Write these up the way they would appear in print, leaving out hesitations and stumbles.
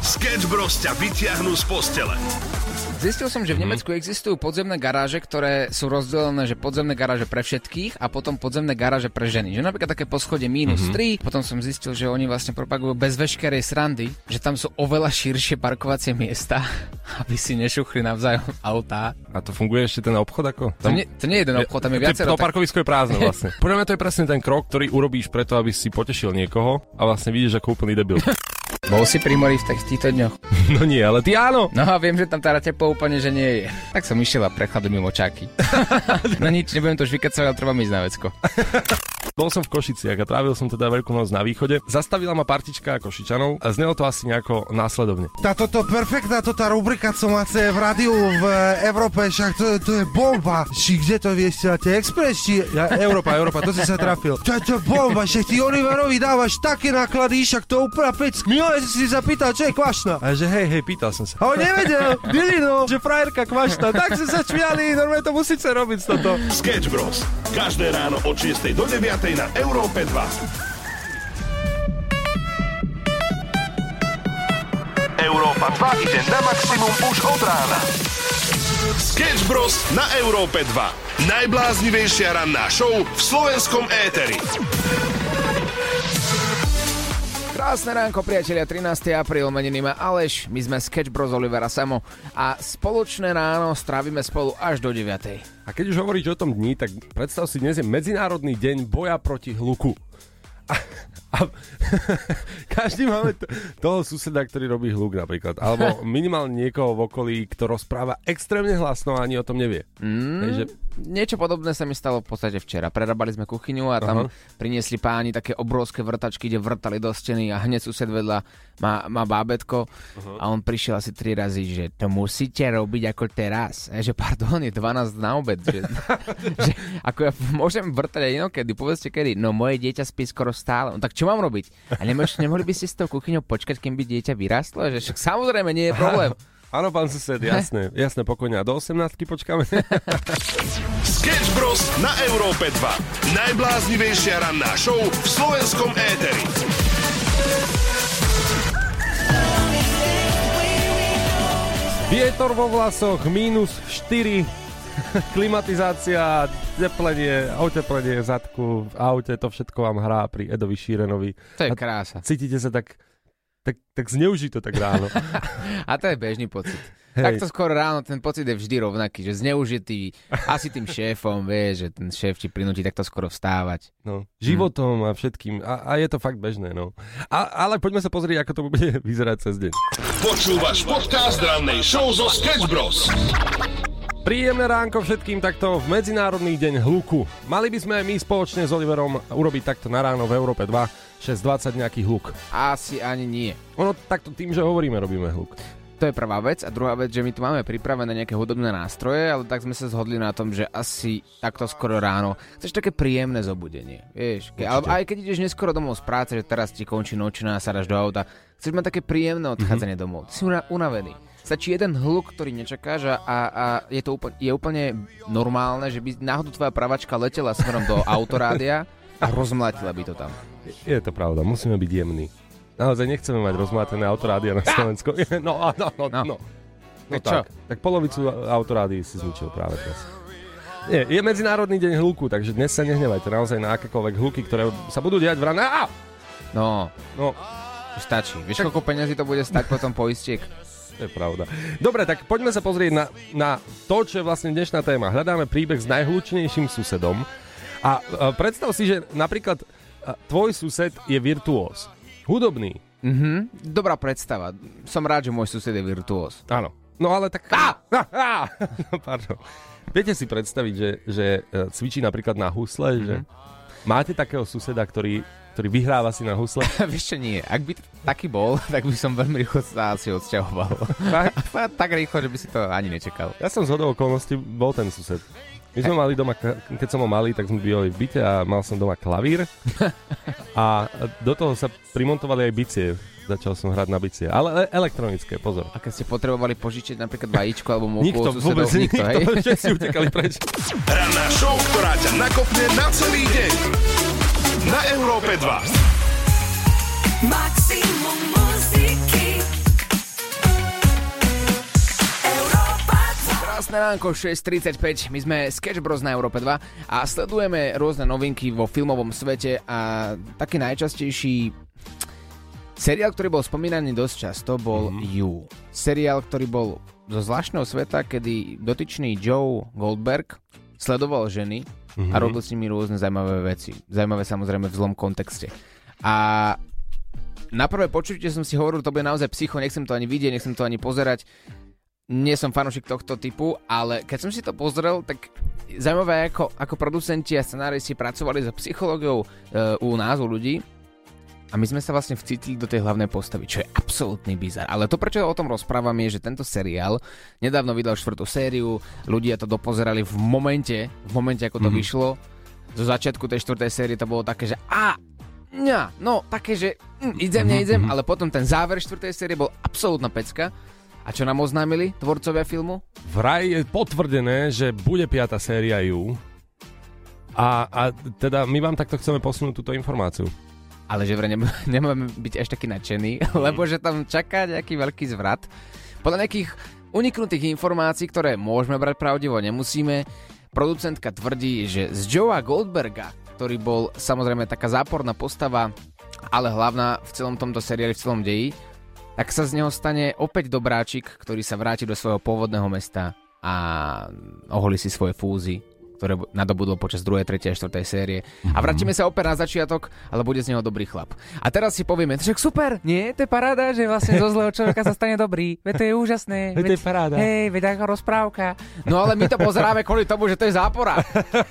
Sketch Bros ťa vytiahnu z postele. Zistil som, že v Nemecku existujú podzemné garáže, ktoré sú rozdelené, že podzemné garáže pre všetkých a potom podzemné garáže pre ženy. Že napríklad také poschodie -3, potom som zistil, že oni vlastne propagujú bez veškerej srandy, že tam sú oveľa širšie parkovacie miesta, aby si nešuchli navzájom autá. A to funguje ešte ten obchod ako? To nie je jeden obchod, tam je viacero. To parkovisko je prázdne vlastne. Podľa mňa to je presne ten krok, ktorý urobíš preto, aby si potešil niekoho a vlastne vidíš ako úplný debil. Bol si pri mori v týchto dňoch? No nie, ale ty áno. No a viem, že tam teda teplo úplne, že nie je. Tak som išiel a prechladujem močáky. No nič, nebudem to už vykecať, ale treba ísť na vecko. Bol som v Košiciach a trávil som teda Veľkú noc na východe. Zastavila ma partička Košičanov a znelo to asi nejako následovne. Toto perfektná tá rubrika, co máte v rádiu v Európe, však to je bomba. Kde to vieš, tie Express, či... Európa, to si sa trafil. To je bomba, však ty Oliverovi dávaš také náklady, však to úplná pecka. Minulé si zapýtal, čo je kvašná. A že hej, pýtal som sa. A on nevedel, Dilino, že frajerka kvašná. Tak si sa čmiali, normálne to musíte robiť z toto. Sketch Bros. Každé ráno od 6 do 9 na Európe 2. Európa 2 ide na maximum už od rána. Sketch Bros. Na Európe 2. Najbláznivejšia ranná show v slovenskom éteri. Krásne ránko, priatelia, 13. apríl, meniny má Aleš, my sme Sketch Bros. Olivera Samo a spoločné ráno strávime spolu až do 9. A keď už hovoríš o tom dni, tak predstav si, dnes je Medzinárodný deň boja proti hluku. A každý máme toho suseda, ktorý robí hluk napríklad. Alebo minimálne niekoho v okolí, kto rozpráva extrémne hlasno a ani o tom nevie. Takže... Niečo podobné sa mi stalo v podstate včera. Prerábali sme kuchyňu a tam priniesli páni také obrovské vrtačky, kde vrtali do steny a hneď sused vedľa má bábätko a on prišiel asi 3 razy, že to musíte robiť ako teraz. A že pardon, je 12 na obed. Že ako ja môžem vrtať aj inokedy, povedzte kedy. No moje dieťa spí skoro stále. No tak čo mám robiť? A nemohli by ste s tou kuchyňou počkať, kým by dieťa vyrástlo? Že však samozrejme nie je problém. Áno, pán sused, jasné, pokojne. A do 18-ky počkáme. Sketch Bros. Na Európe 2. Najbláznivejšia ranná show v slovenskom éteri. Vietor vo vlasoch, -4, klimatizácia, oteplenie v zadku, v aute, to všetko vám hrá pri Edovi Šírenovi. To je krása. Cítite sa tak zneužito tak ráno. A to je bežný pocit. Hej. Takto skoro ráno ten pocit je vždy rovnaký, že zneužitý asi tým šéfom, vieš, že ten šéf ti prinúti takto skoro vstávať. No, životom a všetkým. A je to fakt bežné, no. Ale poďme sa pozrieť, ako to bude vyzerať cez deň. Počúvaš podcast rannej show zo Sketch Bros. Príjemné ránko všetkým takto v Medzinárodný deň hluku. Mali by sme my spoločne s Oliverom urobiť takto na ráno v Európe 2 6:20 nejaký hluk. Asi ani nie. Ono takto tým, že hovoríme, robíme hluk. To je prvá vec. A druhá vec, že my tu máme pripravené nejaké hudobné nástroje, ale tak sme sa zhodli na tom, že asi takto skoro ráno chceš také príjemné zobudenie. Vieš, ale aj keď ideš neskoro domov z práce, že teraz ti končí nočná a sa dáš do auta, chceš mať také príjemné odchádzanie domov. Ty si unavený. Stačí jeden hluk, ktorý nečakáš a je úplne normálne, že by náhodou tvoja pravačka letela smerom do autorádia a rozmlátila by to tam. Je to pravda, musíme byť jemní. Naozaj nechceme mať rozmlátené autorádia na Slovensku. No. Tak polovicu autorádií si zničil práve teraz. Nie, je Medzinárodný deň hluku, takže dnes sa nehnevajte naozaj na akékoľvek hluky, ktoré sa budú diať v ráne. No. Stačí. Vieš, koľko peniazí to bude stať potom poistiek? To je pravda. Dobre, tak poďme sa pozrieť na to, čo je vlastne dnešná téma. Hľadáme príbeh s najhlučnejším susedom. A predstav si, že napríklad tvoj sused je virtuós. Hudobný. Dobrá predstava. Som rád, že môj sused je virtuós. Áno. No ale tak... Pardon. Viete si predstaviť, že cvičí napríklad na husle, že máte takého suseda, ktorý vyhráva si na husle? Vieš čo, nie. Ak by taký bol, tak by som veľmi rýchlo sa asi odsťahoval. Tak rýchlo, že by si to ani nečakal. Ja som zhodou okolností bol ten sused. My sme mali doma, keď som ho malý, tak sme bývali v byte a mal som doma klavír a do toho sa primontovali aj bicie. Začal som hrať na bicie, ale elektronické, pozor. A keď ste potrebovali požičiť napríklad vajíčko alebo múku nikto, od susedov, nikto, hej? Všetci utekali preč. Ranná show, ktorá ťa nakopne na celý deň. Na Európe 2. Maximum muziky. Krásne ránko, 6.35, my sme Sketch Bros na Európe 2 a sledujeme rôzne novinky vo filmovom svete a taký najčastejší seriál, ktorý bol spomínaný dosť často, bol You. Seriál, ktorý bol zo zvláštneho sveta, kedy dotyčný Joe Goldberg sledoval ženy a robil s nimi rôzne zaujímavé veci. Zaujímavé samozrejme v zlom kontexte. A na prvé počutie som si hovoril, to bude naozaj psycho, nechcem to ani vidieť, nechcem to ani pozerať. Nie som fanúšik tohto typu, ale keď som si to pozrel, tak zaujímavé, ako producenti a scenáristi pracovali so psychológiou u nás, u ľudí. A my sme sa vlastne vcítili do tej hlavnej postavy, čo je absolútny bizar. Ale to, prečo o tom rozprávam, je, že tento seriál nedávno vydal 4. sériu, ľudia to dopozerali v momente, ako to vyšlo. Zo začiatku tej 4. série to bolo také, že také, že idem, ale potom ten záver 4. série bol absolútna pecka. A čo nám oznámili tvorcovia filmu? Vraj je potvrdené, že bude 5. séria You. A teda my vám takto chceme posunúť túto informáciu. Ale že vraj nemáme byť až taký nadšený, lebo že tam čaká nejaký veľký zvrat. Podľa nejakých uniknutých informácií, ktoré môžeme brať pravdivo, nemusíme, producentka tvrdí, že z Joea Goldberga, ktorý bol samozrejme taká záporná postava, ale hlavná v celom tomto seriáli, v celom deji, tak sa z neho stane opäť dobráčik, ktorý sa vráti do svojho pôvodného mesta a oholí si svoje fúzy, ktoré nadobudlo počas 2., 3. a 4. série. A vrátime sa opäť na začiatok, ale bude z neho dobrý chlap. A teraz si povieme, že super, nie? To je paráda, že vlastne zo zlého človeka sa stane dobrý. Veď to je úžasné. Veď to je paráda. Hej, veď ako rozprávka. No ale my to pozeráme kvôli tomu, že to je zápora.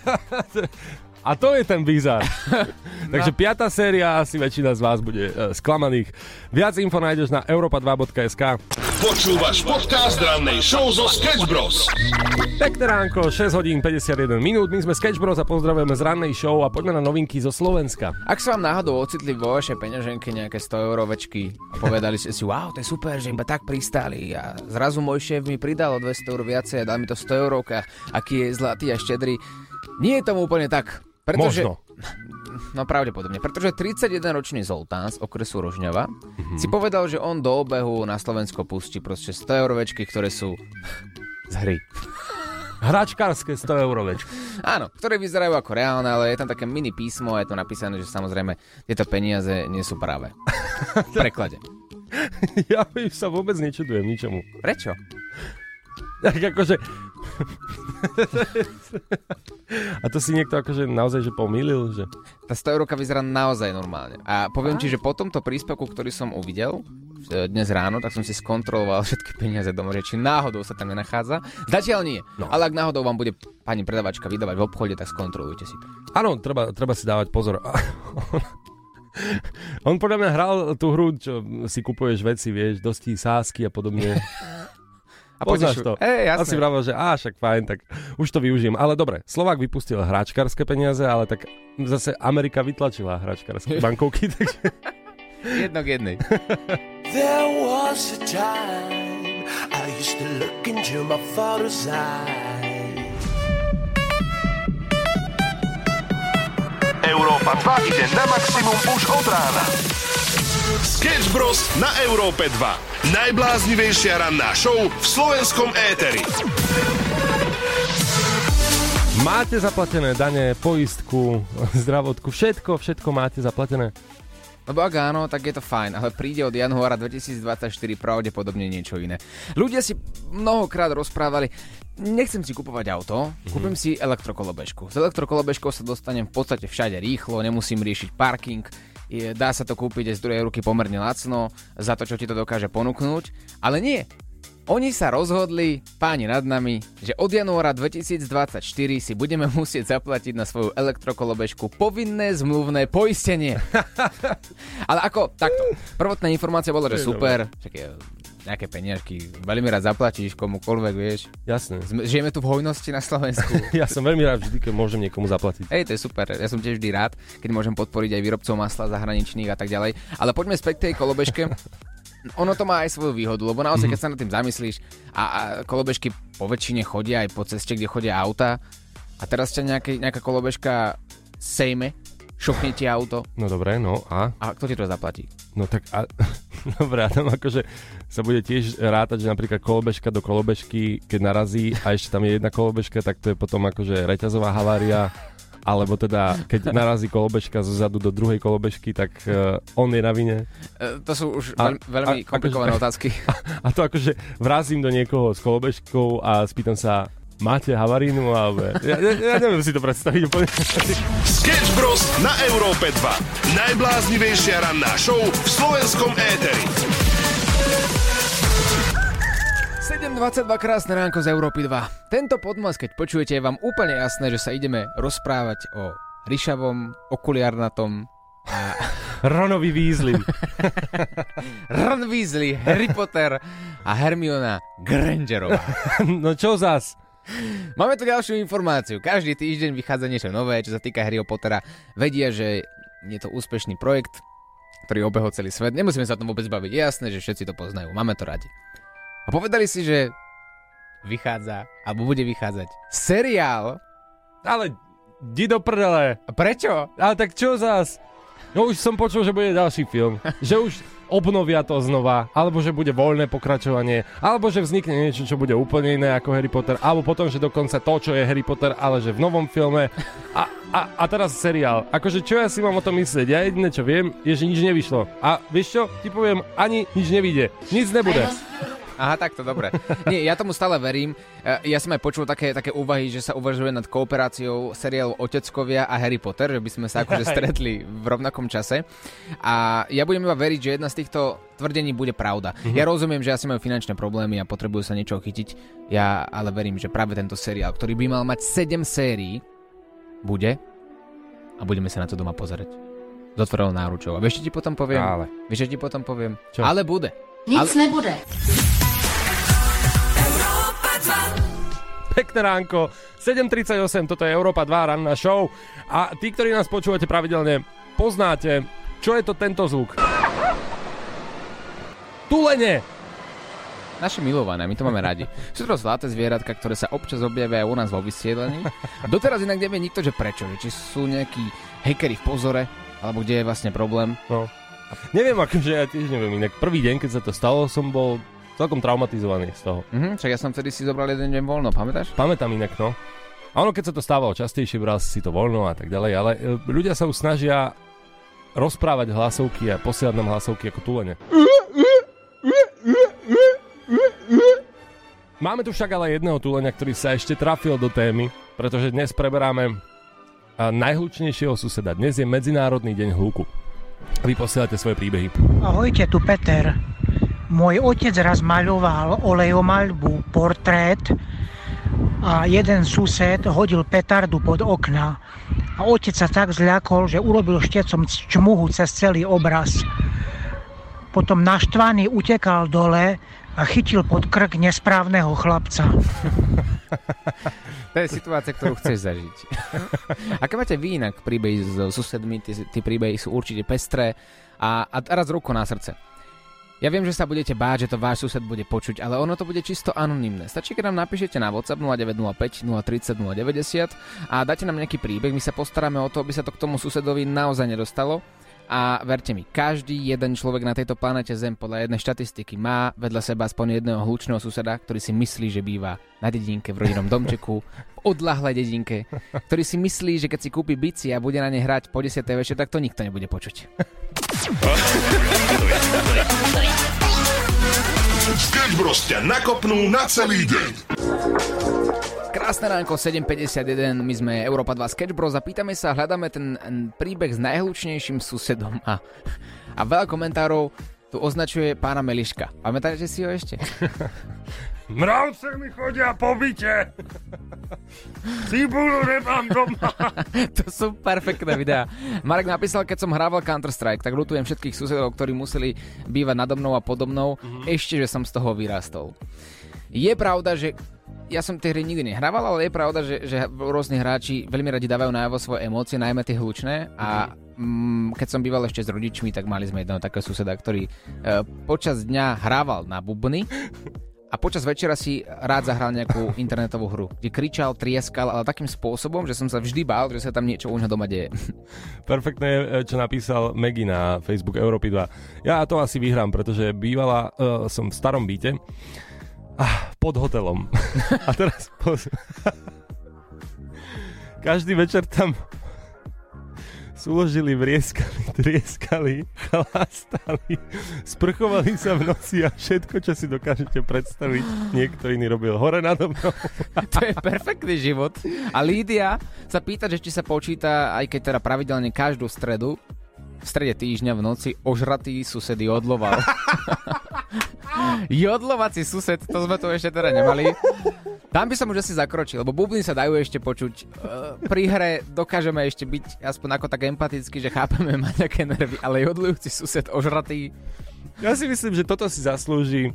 A to je ten bizar. Takže 5. séria, asi väčšina z vás bude sklamaných. Viac info nájdeš na europa2.sk. Počúvaš podcast rannej show zo Sketch Bros. Pekné ránko, 6 hodín 51 minút. My sme Sketch Bros a pozdravujeme z rannej show a poďme na novinky zo Slovenska. Ak sa vám náhodou ocitli vo vašej peňaženke nejaké 100 eurovečky a povedali ste si, wow, to je super, že iba tak pristáli a zrazu môj šéf mi pridal o 200 eur viacej a dal mi to 100 eurovka, aký je zlatý a štedrý. Nie je tomu úplne tak. Pretože, možno. No pravdepodobne, pretože 31-ročný Zoltán z okresu Rožňava si povedal, že on do obehu na Slovensko pustí proste 100 eurovečky, ktoré sú z hry. Hračkárske 100 eurovečky. Áno, ktoré vyzerajú ako reálne, ale je tam také mini písmo a je to napísané, že samozrejme tieto peniaze nie sú práve. V preklade. Ja sa vôbec nečudujem ničomu. Prečo? Tak akože... A to si niekto akože naozaj že pomýlil, že... Tá 100 eurovka vyzerá naozaj normálne. A poviem ti, že po tomto príspevku, ktorý som uvidel dnes ráno, tak som si skontroloval všetky peniaze doma, že či náhodou sa tam nenachádza. Zatiaľ nie. No. Ale ak náhodou vám bude pani predavačka vydávať v obchode, tak skontrolujte si to. Áno, treba si dávať pozor. On podľa mňa hral tú hru, čo si kupuješ veci, vieš, dosti sásky a podobne. A poznáš to. Asi vravel, že však fajn, tak už to využijem. Ale dobre, Slovák vypustil hračkárske peniaze, ale tak zase Amerika vytlačila hračkárske bankovky, takže... Jedno k jednej. There was a time I used to look into my father's eyes. Európa 2 ide na maximum už od rána. Sketch Bros na Európe 2. Najbláznivejšia ranná show v slovenskom éteri. Máte zaplatené dane, poistku, zdravotku, všetko máte zaplatené? Lebo ak áno, tak je to fajn, ale príde od januára 2024 pravdepodobne niečo iné. Ľudia si mnohokrát rozprávali, nechcem si kupovať auto, kúpim si elektrokolobežku. S elektrokolobežkou sa dostanem v podstate všade rýchlo, nemusím riešiť parking, dá sa to kúpiť aj z druhej ruky pomerne lacno za to, čo ti to dokáže ponúknuť, ale nie. Oni sa rozhodli, páni nad nami, že od januára 2024 si budeme musieť zaplatiť na svoju elektrokolobežku povinné zmluvné poistenie. Ale ako, takto, prvotná informácia bola, že super, nejaké peniažky, veľmi rád zaplatíš komukoľvek, vieš. Jasné. Žijeme tu v hojnosti na Slovensku. Ja som veľmi rád vždy, keď môžem niekomu zaplatiť. Hej, to je super, ja som tiež vždy rád, keď môžem podporiť aj výrobcov masla zahraničných a tak ďalej. Ale poďme späť k tej kolobežke. Ono to má aj svoju výhodu, lebo naozaj, keď sa nad tým zamyslíš a kolobežky po väčšine chodia aj po ceste, kde chodia auta a teraz ťa nejaká kolobežka sejme, šokne ti auto. No dobre, no a? A kto ti to zaplatí? No tak Dobre, a tam akože sa bude tiež rátať, že napríklad kolobežka do kolobežky, keď narazí a ešte tam je jedna kolobežka, tak to je potom akože reťazová havária, alebo teda keď narazí kolobežka zo zadu do druhej kolobežky, tak on je na vine. To sú už veľmi komplikované otázky. A to akože vrazím do niekoho s kolobežkou a spýtam sa, máte havarínu? Ja neviem si to predstaviť úplne. Sketch Bros. Na Európe 2. Najbláznivejšia ranná show v slovenskom éteri. 7.22, krásne ránko z Európy 2. Tento podmas, keď počujete, je vám úplne jasné, že sa ideme rozprávať o ryšavom, okuliarnatom a... Ronovi Weasley. Ron Weasley, Harry Potter a Hermiona Grangerová. No čo zas? Máme tu ďalšiu informáciu. Každý týždeň vychádza niečo nové, čo sa týka Harryho Pottera. Vedia, že je to úspešný projekt, ktorý obehol celý svet. Nemusíme sa o tom vôbec baviť. Je jasné, že všetci to poznajú. Máme to radi. A povedali si, že vychádza, alebo bude vychádzať seriál. Ale di do prdele. A prečo? Ale tak čo zas? No už som počul, že bude ďalší film. Že už obnovia to znova, alebo že bude voľné pokračovanie, alebo že vznikne niečo, čo bude úplne iné ako Harry Potter, alebo potom, že dokonca to, čo je Harry Potter, ale že v novom filme a teraz seriál. Akože čo ja si mám o tom myslieť? Ja jediné, čo viem, je, že nič nevyšlo. A vieš čo? Ti poviem, ani nič nevyjde. Nic nebude. Aha, takto, dobre. Nie, ja tomu stále verím. Ja som aj počul také úvahy, že sa uvažuje nad kooperáciou seriálu Oteckovia a Harry Potter, že by sme sa akože stretli v rovnakom čase. A ja budem iba veriť, že jedna z týchto tvrdení bude pravda. Ja rozumiem, že asi majú finančné problémy a potrebujú sa niečo chytiť. Ja ale verím, že práve tento seriál, ktorý by mal mať 7 sérií, bude a budeme sa na to doma pozerať. S otvorenou náručou. A vieš, čo ti potom poviem? Čo? Ale bude. Nic nebude. Pekné ránko, 7.38, toto je Európa 2 ranná show a tí, ktorí nás počúvate pravidelne, poznáte, čo je to tento zvuk. Tulene! Naše milované, my to máme radi. Sú to zlaté zvieratka, ktoré sa občas objavia aj u nás vo vysielaní. Doteraz inak nevie nikto, že prečo. Či sú nejakí hackeri v pozore, alebo kde je vlastne problém. No. Neviem, akože ja tiež neviem. Inak prvý deň, keď sa to stalo, som bol celkom traumatizovaný z toho. Však ja som vtedy si zobral jeden deň voľno, pamätáš? Pamätám inak, no. A ono, keď sa to stávalo častejšie, bral si to voľno a tak ďalej, ale ľudia sa už snažia rozprávať hlasovky a posielať nám hlasovky ako tulene. Máme tu však ale jedného tuleňa, ktorý sa ešte trafil do témy, pretože dnes preberáme najhlučnejšieho suseda. Dnes je Medzinárodný deň hluku. Vy posielate svoje príbehy. Ahojte, tu Peter. Môj otec raz maľoval olejomaľbu portrét a jeden sused hodil petardu pod okna. A otec sa tak zľakol, že urobil štecom čmuhu cez celý obraz. Potom naštvaný utekal dole a chytil pod krk nesprávneho chlapca. To je situácia, ktorú chceš zažiť. Aké máte vy inak príbehy so susedmi? Tie príbehy sú určite pestré. A raz ruku na srdce. Ja viem, že sa budete báť, že to váš sused bude počuť, ale ono to bude čisto anonymné. Stačí, keď nám napíšete na WhatsApp 0905 030 090 a dáte nám nejaký príbeh. My sa postaráme o to, aby sa to k tomu susedovi naozaj nedostalo. A verte mi, každý jeden človek na tejto planete Zem podľa jednej štatistiky má vedľa seba aspoň jedného hlučného suseda, ktorý si myslí, že býva na dedinke, v rodinnom domčeku, v odľahlej dedinke, ktorý si myslí, že keď si kúpi bici a bude na ne hrať po 10. večer, tak to nikto nebude počuť. Sketch Bros ťa nakopnú na celý deň. Krásne ránko, 7.51, my sme Európa 2 Sketch Bros a pýtame sa, hľadáme ten príbeh s najhlučnejším susedom a veľa komentárov tu označuje pána Meliška. Pamätáte si ho ešte? Mravce mi chodia po byte. Cibulu nemám doma. To sú perfektné videá. Marek napísal, keď som hrával Counter-Strike, tak ľutujem všetkých susedov, ktorí museli bývať nado mnou a podo mnou, ešte, že som z toho vyrastol. Je pravda, že ja som tie hry nikdy nehrával, ale je pravda, že rôzni hráči veľmi radi dávajú najavo svoje emócie, najmä tie hlučné a keď som býval ešte s rodičmi, tak mali sme jedného takého suseda, ktorý počas dňa hrával na bubny a počas večera si rád zahral nejakú internetovú hru, kde kričal, trieskal, ale takým spôsobom, že som sa vždy bál, že sa tam niečo už doma deje. Perfektné je, čo napísal Maggie na Facebook Európy 2. Ja to asi vyhrám, pretože bývala som v starom byte pod hotelom. A teraz každý večer tam súložili, vrieskali, trieskali, chlastali, sprchovali sa v noci a všetko, čo si dokážete predstaviť, niekto iný robil hore nado mnou. To je perfektný život. A Lídia sa pýta, že či sa počíta, aj keď teda pravidelne každú stredu, v strede týždňa v noci ožratý sused jodloval. Jodlovací sused, to sme tu ešte teda nemali. Tam by som už asi zakročil, lebo bubny sa dajú ešte počuť. Pri hre dokážeme ešte byť aspoň ako tak empaticky, že chápeme, mať nejaké nervy, ale jodlujúci sused ožratý. Ja si myslím, že toto si zaslúži.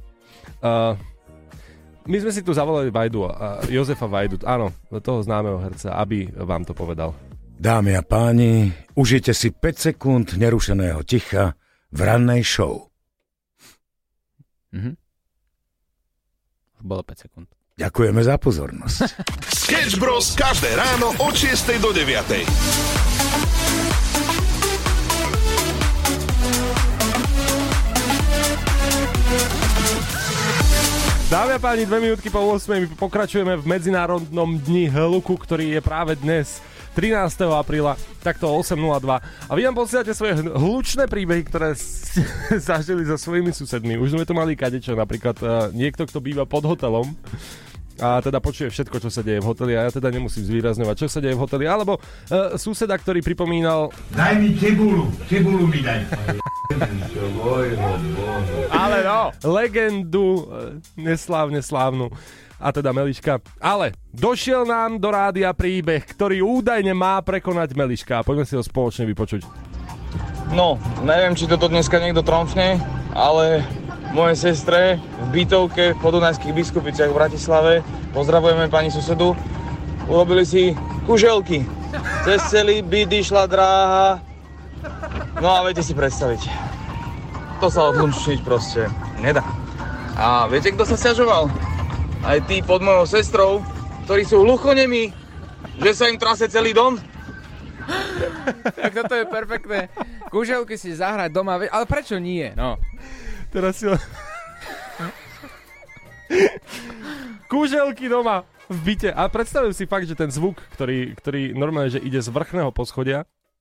My sme si tu zavolali Vajdu, Jozefa Vajdu, áno, toho známeho herca, aby vám to povedal. Dámy a páni, užite si 5 sekúnd nerušeného ticha v rannej show. Bolo 5 sekúnd. Ďakujeme za pozornosť. Sketch Bros. Každé ráno od 6 do 9. Dámy a páni, 2 minútky po 8. My pokračujeme v Medzinárodnom dni hluku, ktorý je práve dnes 13. apríla, takto 8.02. A vy nám posielate svoje hlučné príbehy, ktoré ste zažili so svojimi susedmi. Už sme tu mali kadečo, napríklad niekto, kto býva pod hotelom a teda počuje všetko, čo sa deje v hoteli a ja teda nemusím zvýrazňovať, čo sa deje v hoteli, alebo suseda, ktorý pripomínal... Daj mi cibulu mi daj. Ale no, legendu neslávne slávnu. A teda Meliška. Ale došiel nám do rádia príbeh, ktorý údajne má prekonať Meliška. Poďme si ho spoločne vypočuť. No, neviem, či toto dneska niekto tromfne, ale mojej sestre v bytovke v Podunajských Biskupiciach v Bratislave, pozdravujeme pani susedu, urobili si kuželky. Cez celý byt išla dráha. No a viete si predstaviť. To sa odlunčiť proste nedá. A viete, kto sa sťažoval? Aj tí pod mojou sestrou, ktorí sú hluchonemí, že sa im trase celý dom. Tak toto je perfektné. Kuželky si zahrať doma, ale prečo nie? No. Teraz si... Kuželky doma v byte. A predstavujem si fakt, že ten zvuk, ktorý normálne, že ide z vrchného poschodia.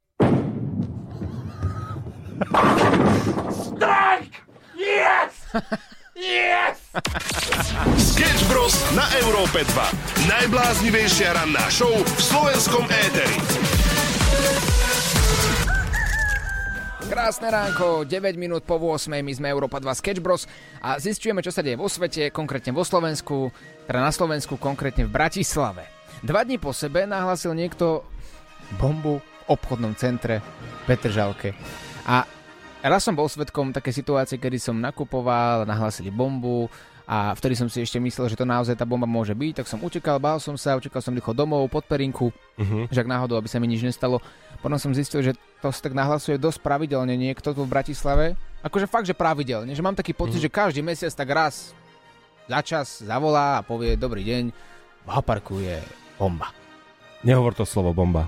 Strike! Yes! Yes! Sketch Bros. Na Európe 2. Najbláznivejšia ranná show v slovenskom éteri. Krásne ránko, 9 minút po 8, my sme Európa 2 Sketch Bros. A zistujeme, čo sa deje vo svete, konkrétne vo Slovensku, teda na Slovensku, konkrétne v Bratislave. 2 dní po sebe nahlásil niekto bombu v obchodnom centre v Petržalke. A raz som bol svedkom také situácie, kedy som nakupoval, nahlásili bombu a vtedy som si ešte myslel, že to naozaj tá bomba môže byť, tak som utekal, bál som sa, utekal som rýchlo domov, pod perinku, že ak náhodou, aby sa mi nič nestalo. Potom som zistil, že to sa tak nahlasuje dosť pravidelne niekto tu v Bratislave. Akože fakt, že pravidelne, že mám taký pocit, že každý mesiac tak raz za čas zavolá a povie dobrý deň, v Haparku je bomba. Nehovor to slovo bomba.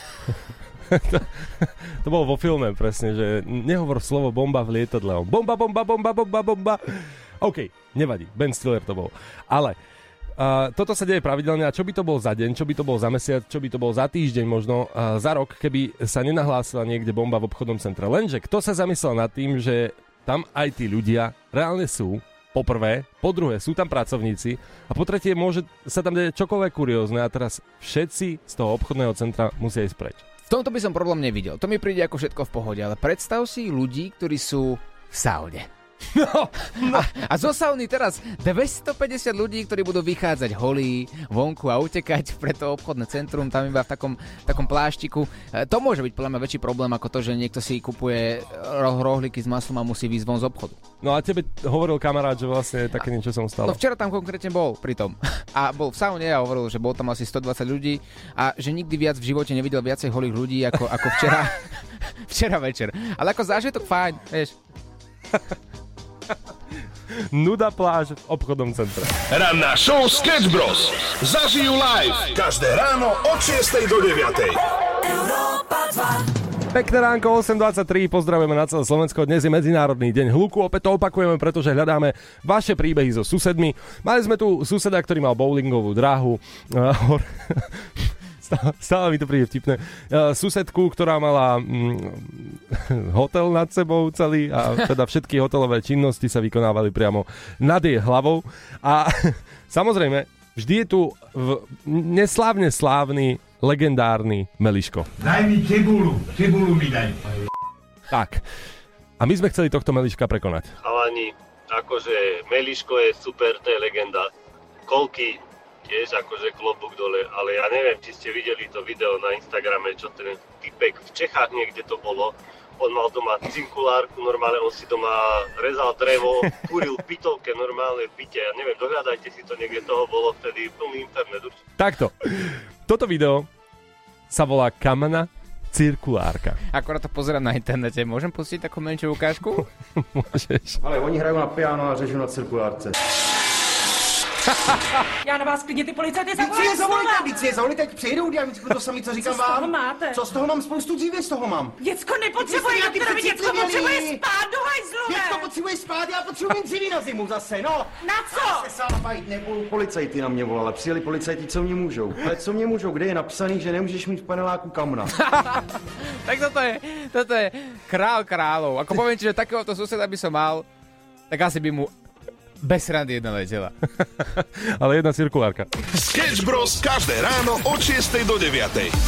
To bolo vo filme presne, že nehovor slovo bomba v lietadle. Bomba, bomba, bomba, bomba, bomba. OK, nevadí, Ben Stiller to bol. Ale toto sa deje pravidelne a čo by to bol za deň, čo by to bol za mesiac, čo by to bol za týždeň možno, za rok, keby sa nenahlásila niekde bomba v obchodnom centre. Lenže kto sa zamyslel nad tým, že tam aj tí ľudia reálne sú, po prvé, po druhé sú tam pracovníci a po tretie môže sa tam deť čokoľvek kuriózne a teraz všetci z toho obchodného centra musia ísť preč. V tomto by som problém nevidel. To mi príde ako všetko v pohode, ale predstav si ľudí, ktorí sú v saune. No. A zo sauny teraz 250 ľudí, ktorí budú vychádzať holí vonku a utekať pre to obchodné centrum, tam iba v takom pláštiku. To môže byť podľa mňa väčší problém ako to, že niekto si kupuje rohlíky s maslom a musí výjsť von z obchodu. No a tebe hovoril kamarát, že vlastne také niečo som stalo. No včera tam konkrétne bol pri tom. A bol v saune a hovoril, že bol tam asi 120 ľudí a že nikdy viac v živote nevidel viacej holých ľudí ako včera večer. Ale ako zážitok fajn, vieš. Nuda pláž v obchodnom centre. Ranná show Sketch Bros. Zažijú live každé ráno od 6 do 9. Európa 2. Pekné ránko, 8.23, pozdravujeme na celé Slovensko. Dnes je Medzinárodný deň hluku, opäť to opakujeme, pretože hľadáme vaše príbehy so susedmi. Mali sme tu suseda, ktorý mal bowlingovú dráhu. Stále mi to príde vtipné. Susedku, ktorá mala hotel nad sebou celý a teda všetky hotelové činnosti sa vykonávali priamo nad jej hlavou. A samozrejme, vždy je tu neslávne slávny, legendárny Meliško. Daj mi cibulu mi daj. Tak. A my sme chceli tohto Meliška prekonať. Chalani, akože Meliško je super, to je legenda. Kolky tiež akože klobúk dole, ale ja neviem, či ste videli to video na Instagrame, čo ten typek v Čechách niekde to bolo. On mal doma cinkulárku, normálne on si doma rezal drevo, kúril v pitovke, normálne v byte. Ja neviem, dohľadajte si to, niekde toho bolo vtedy plný internet. Takto. Toto video sa volá Kamenná cirkulárka. Akorát to pozerám na internete. Môžem pustiť takú menšiu ukážku? Môžeš. Ale oni hrajú na piano a řežu na cirkulárce. Já na vás klidně ty policajty zavolám. Víc je zavolejte, teď přijdou, já vždycky to samý, co říkám vám. Co z toho máte? Co z toho mám? Spoustu dříve z toho mám. Děcko nepotřebuje, doktorovi, děcko potřebuje spát, do hajzlu, Děcko potřebuje spát, já potřebuji mít dříví na zimu zase, no. Na co? Já se sám bajit nebudu, policajty na mě volali, přijeli policajti, co mě můžou. Ale co mě můžou, kde je napsaný, že nemůžeš mít v paneláku kamna. Tak toto je král králov. Ako poviem ti, že takéhoto suseda by som mal, tak asi by mu bez randy jedna letela. Ale jedna cirkulárka. Sketch Bros. Každé ráno od 6 do 9.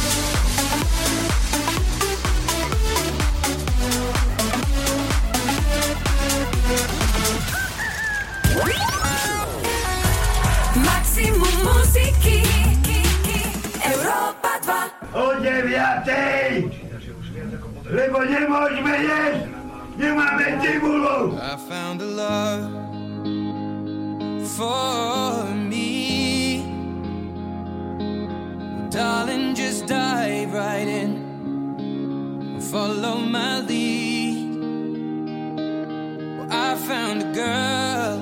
Maximum muziky. Európa 2. O 9. Lebo nemôžeme jesť. Nemáme cibulu. I found a love for me. Darling, just dive right in. Follow my lead. Well, I found a girl,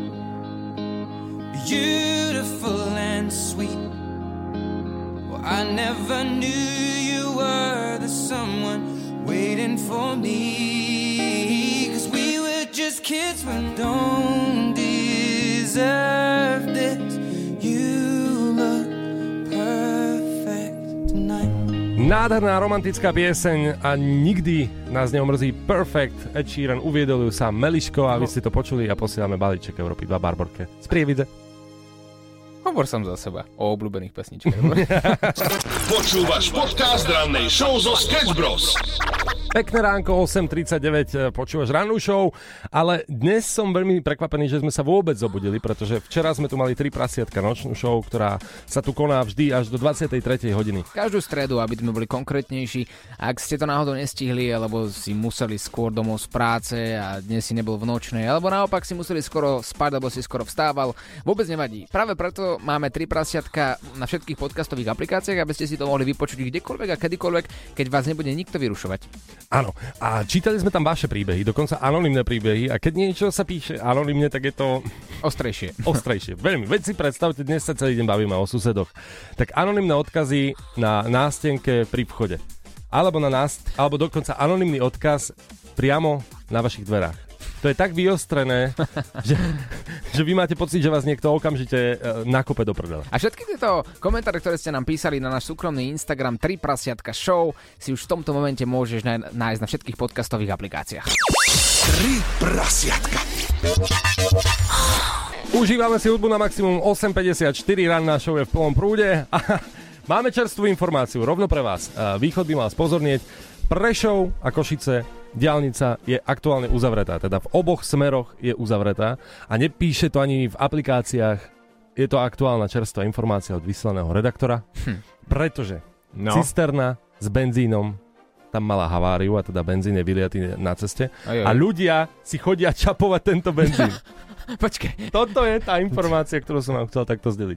beautiful and sweet. Well, I never knew you were the someone waiting for me. 'Cause we were just kids who don't deserve this. You look perfect tonight. Nádherná romantická pieseň a nikdy nás neomrzí. Perfect. Ed Sheeran uviedol ju sám Meliško a vy ste to počuli a posielame balíček Európy 2 Barborke. Z Prievidze. Hovor som za seba o obľúbených pesničkách. Počúvaš podcast rannej show zo Sketch Bros. Pekné ránko, 8.39, počúvaš rannú show, ale dnes som veľmi prekvapený, že sme sa vôbec zobudili, pretože včera sme tu mali 3 prasiatka nočnú show, ktorá sa tu koná vždy až do 23. hodiny. Každú stredu, aby sme boli konkrétnejší. Ak ste to náhodou nestihli, alebo si museli skôr domov z práce a dnes si nebol v nočnej, alebo naopak si museli skoro spať, alebo si skoro vstával, vôbec nevadí. Práve preto máme 3 prasiatka na všetkých podcastových aplikáciách, aby ste si to mohli vypočuť kdekoľvek a kedykoľvek, keď vás nebude nikto vyrušovať. Áno, a čítali sme tam vaše príbehy, dokonca anonymné príbehy a keď niečo sa píše anonymne, tak je to ostrejšie. Ostrejšie, veľmi. Veď si predstavte, dnes sa celý deň bavíme o susedoch. Tak anonymné odkazy na nástenke pri vchode. Alebo dokonca anonymný odkaz priamo na vašich dverách. To je tak vyostrené, že vy máte pocit, že vás niekto okamžite nakope do prdele. A všetky tieto komentáre, ktoré ste nám písali na náš súkromný Instagram 3 prasiatka show, si už v tomto momente môžeš nájsť na všetkých podcastových aplikáciách. 3 prasiatka. Užívame si hudbu na maximum 8.54, ranná show je v plnom prúde a máme čerstvú informáciu rovno pre vás. Východ by mal spozornieť, Prešov a Košice diaľnica je aktuálne uzavretá, teda v oboch smeroch je uzavretá a nepíše to ani v aplikáciách, je to aktuálna čerstvá informácia od vyslaného redaktora, pretože cisterna s benzínom tam mala haváriu a teda benzín je vyliatý na ceste a ľudia si chodia čapovať tento benzín. Počkej. Toto je tá informácia, ktorú som vám chcel takto zdeliť.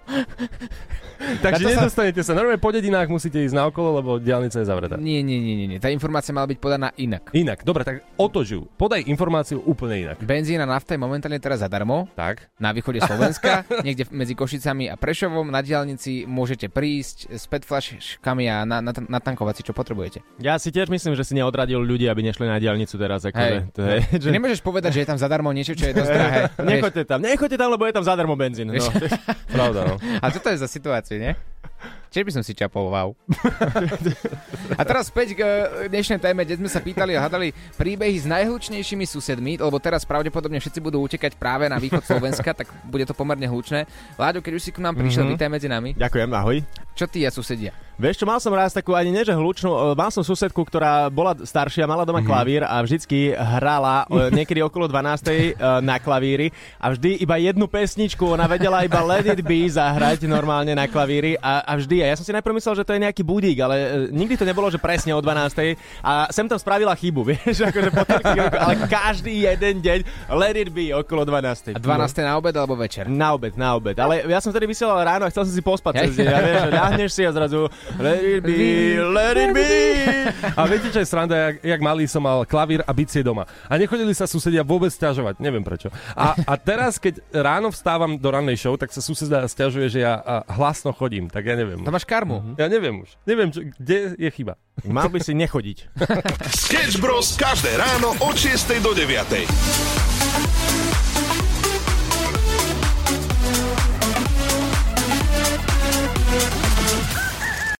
Takže nedostanete sa. Normálne po dedinách musíte ísť naokolo, lebo diaľnica je zavretá. Nie. Tá informácia mala byť podaná inak. Inak, dobre, tak otočujú. Podaj informáciu úplne inak. Benzín a nafta je momentálne teraz zadarmo. Tak. Na východe Slovenska, niekde medzi Košicami a Prešovom. Na diaľnici môžete prísť s PET fľaškami a natankovať si, čo potrebujete. Ja si tiež myslím, že si neodradil ľudí, aby nešli na diaľnicu teraz. Že... Nemôžeš povedať, že je tam zadarmo niečo, čo je dosť drahé. Nechoďte tam, lebo je tam zadarmo benzín. No. Pravda, no. A čo to je za situáciu, nie? Čiže by som si čapol, wow. A teraz späť k dnešnej téme, kde sme sa pýtali a hádali príbehy s najhlučnejšími susedmi, lebo teraz pravdepodobne všetci budú utekať práve na východ Slovenska, tak bude to pomerne hlučné. Láďo, keď už si k nám prišiel, vítaj medzi nami. Ďakujem, ahoj. Čo ty a susedia? Vieš čo, mal som raz takú ani neže hlučnú, mal som susedku, ktorá bola staršia, mala doma klavír a vždycky hrala niekedy okolo 12. na klavíri a vždy iba jednu pesničku, ona vedela iba Let It Be zahrať normálne na klavíri a vždy. A ja som si najprv myslel, že to je nejaký budík, ale nikdy to nebolo, že presne o 12. A sem tam spravila chybu, vieš, akože po ale každý jeden deň Let It Be okolo 12. A 12. na obed alebo večer? Na obed. Ale ja som vtedy vysielal ráno a chcel som si pospať cez deň. A vieš, ľahneš si a zrazu Let it be. A viete, čo je sranda, jak malý som mal klavír a bicie doma. A nechodili sa susedia vôbec sťažovať, neviem prečo. A teraz, keď ráno vstávam do rannej show, tak sa suseda sťažuje, že ja hlasno chodím, tak ja neviem. To máš karmu. Ja neviem už. Neviem, kde je chyba. Mal by si nechodiť. Sketch Bros každé ráno od 6 do 9.